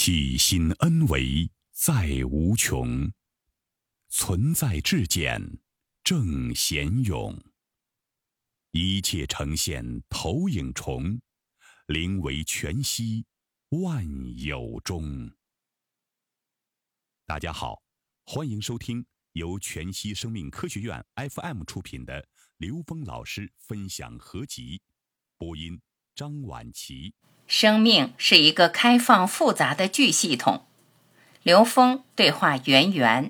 体心恩为在无穷，存在至简正贤勇。一切呈现投影重，灵为全息万有中。大家好，欢迎收听由全息生命科学院 FM 出品的刘峰老师分享合集，播音张婉琪。 生命是一个开放复杂的巨系统。刘峰对话圆圆。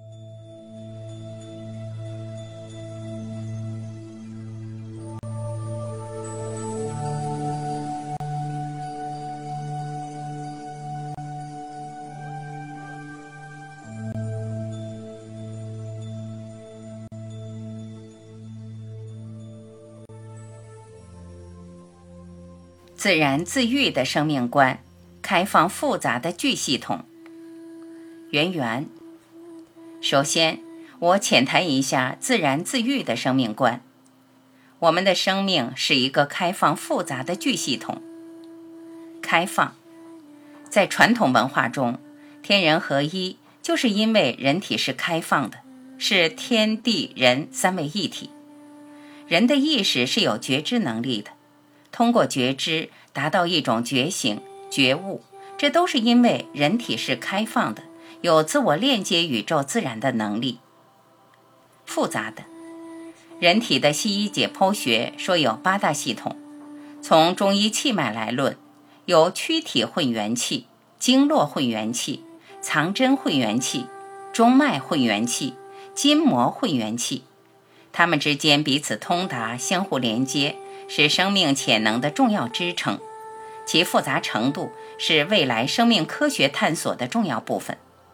自然自愈的生命观，开放复杂的巨系统。圆圆，首先我浅谈一下自然自愈的生命观。我们的生命是一个开放复杂的巨系统。开放，在传统文化中，天人合一就是因为人体是开放的，是天地人三位一体。人的意识是有觉知能力的，通过觉知达到一种觉醒、觉悟，这都是因为人体是开放的，有自我链接宇宙自然的能力。复杂的，人体的西医解剖学说有8大系统，从中医气脉来论，有躯体混元气、经络混元气、藏针混元气、中脉混元气、筋膜混元气，它们之间彼此通达，相互连接，是生命潜能的重要支撑，其复杂程度是未来生命科学探索的重要部分。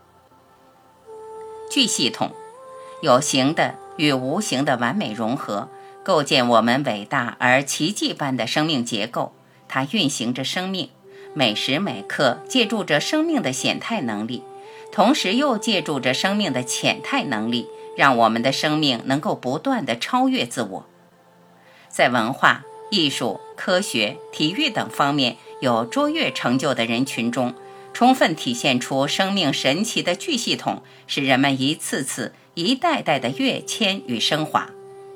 巨系统，有形的与无形的完美融合，构建我们伟大而奇迹般的生命结构。它运行着生命，每时每刻借助着生命的显态能力，同时又借助着生命的潜态能力，让我们的生命能够不断地超越自我。在文化、艺术、科学、体育等方面有卓越成就的人群中，充分体现出生命神奇的巨系统，使人们一次次、一代代的跃迁与升华。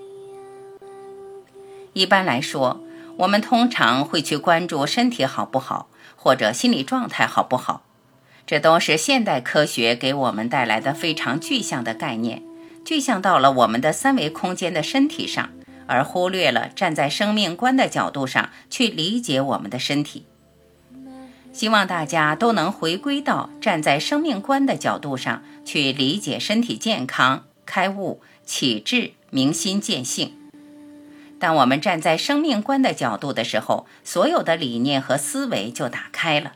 一般来说，我们通常会去关注身体好不好，或者心理状态好不好，这都是现代科学给我们带来的非常具象的概念，具象到了我们的3维空间的身体上，而忽略了站在生命观的角度上去理解我们的身体。希望大家都能回归到站在生命观的角度上去理解身体健康、开悟、启智、明心见性。当我们站在生命观的角度的时候，所有的理念和思维就打开了。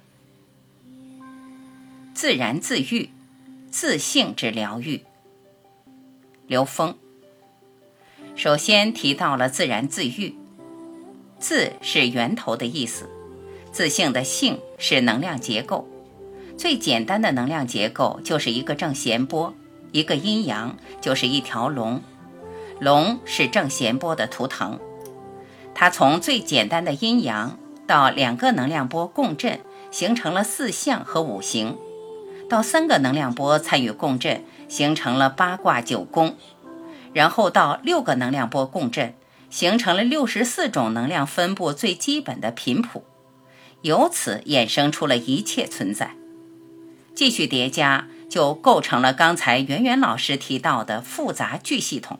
自然自愈，自性之疗愈。刘峰。首先提到了自然自愈，自是源头的意思，自性的性是能量结构。最简单的能量结构就是一个正弦波，一个阴阳就是一条龙，龙是正弦波的图腾。它从最简单的阴阳到2个能量波共振，形成了4象和5行，到3个能量波参与共振，形成了8卦9宫，然后到6个能量波共振，形成了64种能量分布最基本的频谱，由此衍生出了一切存在。继续叠加，就构成了刚才圆圆老师提到的复杂巨系统。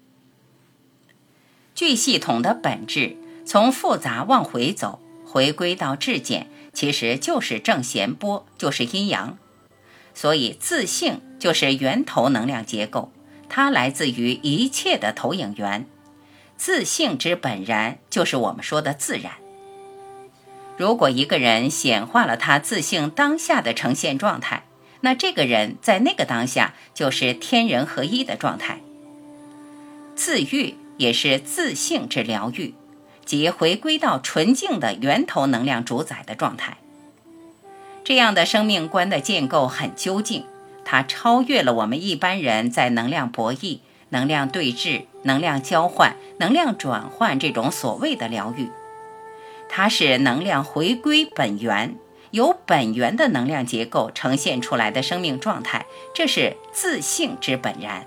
巨系统的本质，从复杂往回走，回归到至简，其实就是正弦波，就是阴阳。所以自性就是源头能量结构，它来自于一切的投影源。自性之本然，就是我们说的自然。如果一个人显化了他自性当下的呈现状态，那这个人在那个当下就是天人合一的状态。自愈也是自性之疗愈，即回归到纯净的源头能量主宰的状态。这样的生命观的建构很究竟，它超越了我们一般人在能量博弈、能量对峙、能量交换、能量转换这种所谓的疗愈。它是能量回归本源， 由本源的能量结构呈现出来的生命状态，这是自性之本然。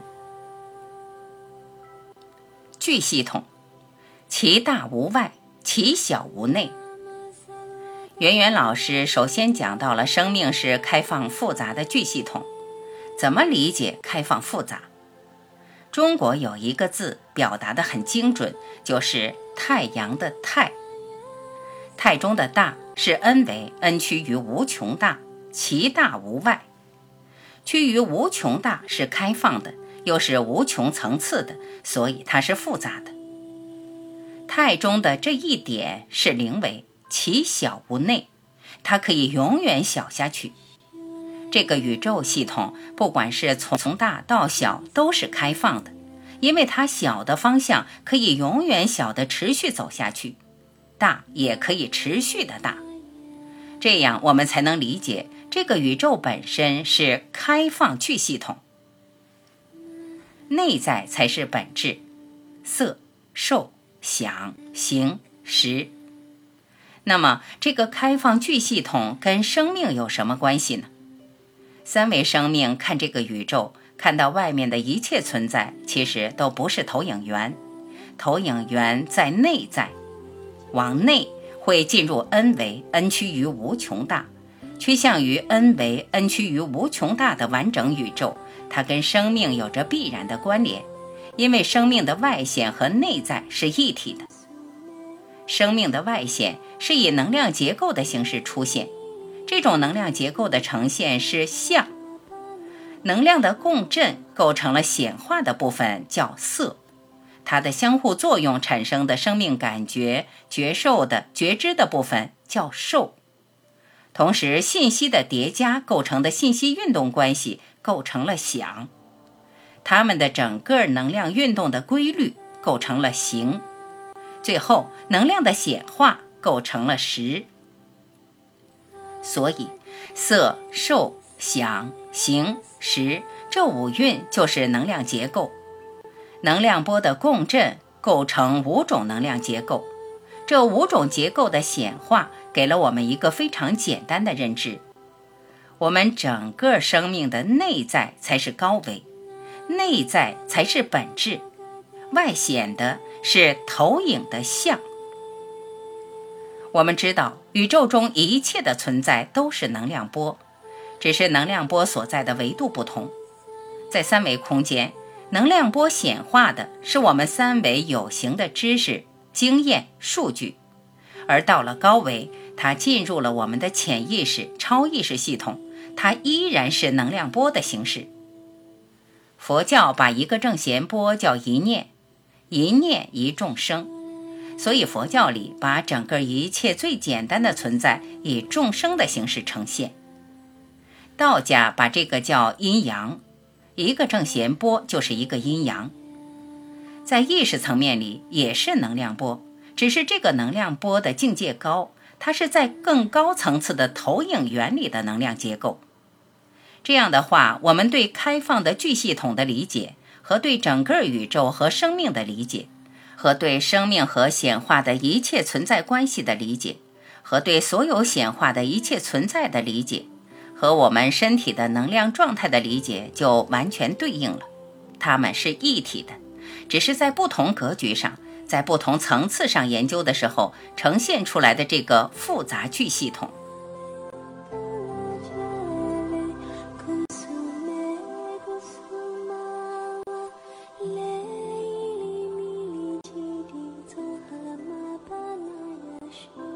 巨系统，其大无外，其小无内。圆圆老师首先讲到了生命是开放复杂的巨系统，怎么理解开放复杂？中国有一个字表达得很精准，就是太阳的太。太中的大是 n 为 n 趋于无穷大，其大无外。趋于无穷大是开放的，又是无穷层次的，所以它是复杂的。太中的这一点是零维，其小无内，它可以永远小下去。这个宇宙系统不管是从大到小都是开放的，因为它小的方向可以永远小的持续走下去，大也可以持续的大。这样我们才能理解这个宇宙本身是开放巨系统。内在才是本质，色、受、想、行、识。那么这个开放巨系统跟生命有什么关系呢？三维生命看这个宇宙，看到外面的一切存在，其实都不是投影源，投影源在内在，往内会进入 n 为 n 趋于无穷大，趋向于 n 为 n 趋于无穷大的完整宇宙，它跟生命有着必然的关联，因为生命的外显和内在是一体的。生命的外显是以能量结构的形式出现，这种能量结构的呈现是相，能量的共振构成了显化的部分叫色，它的相互作用产生的生命感觉、觉受的觉知的部分叫受，同时信息的叠加构成的信息运动关系构成了想，它们的整个能量运动的规律构成了行，最后能量的显化构成了识。所以色、受、想、行、识这五蕴就是能量结构，能量波的共振构成五种能量结构，这五种结构的显化给了我们一个非常简单的认知，我们整个生命的内在才是高维，内在才是本质，外显的是投影的像。我们知道宇宙中一切的存在都是能量波，只是能量波所在的维度不同。在三维空间，能量波显化的是我们三维有形的知识、经验、数据，而到了高维，它进入了我们的潜意识、超意识系统，它依然是能量波的形式。佛教把一个正弦波叫一念，一念一众生，所以佛教里把整个一切最简单的存在以众生的形式呈现。道家把这个叫阴阳，一个正弦波就是一个阴阳。在意识层面里也是能量波，只是这个能量波的境界高，它是在更高层次的投影原理的能量结构。这样的话，我们对开放的巨系统的理解，和对整个宇宙和生命的理解，和对生命和显化的一切存在关系的理解，和对所有显化的一切存在的理解，和我们身体的能量状态的理解就完全对应了。它们是一体的，只是在不同格局上，在不同层次上研究的时候呈现出来的这个复杂巨系统。 是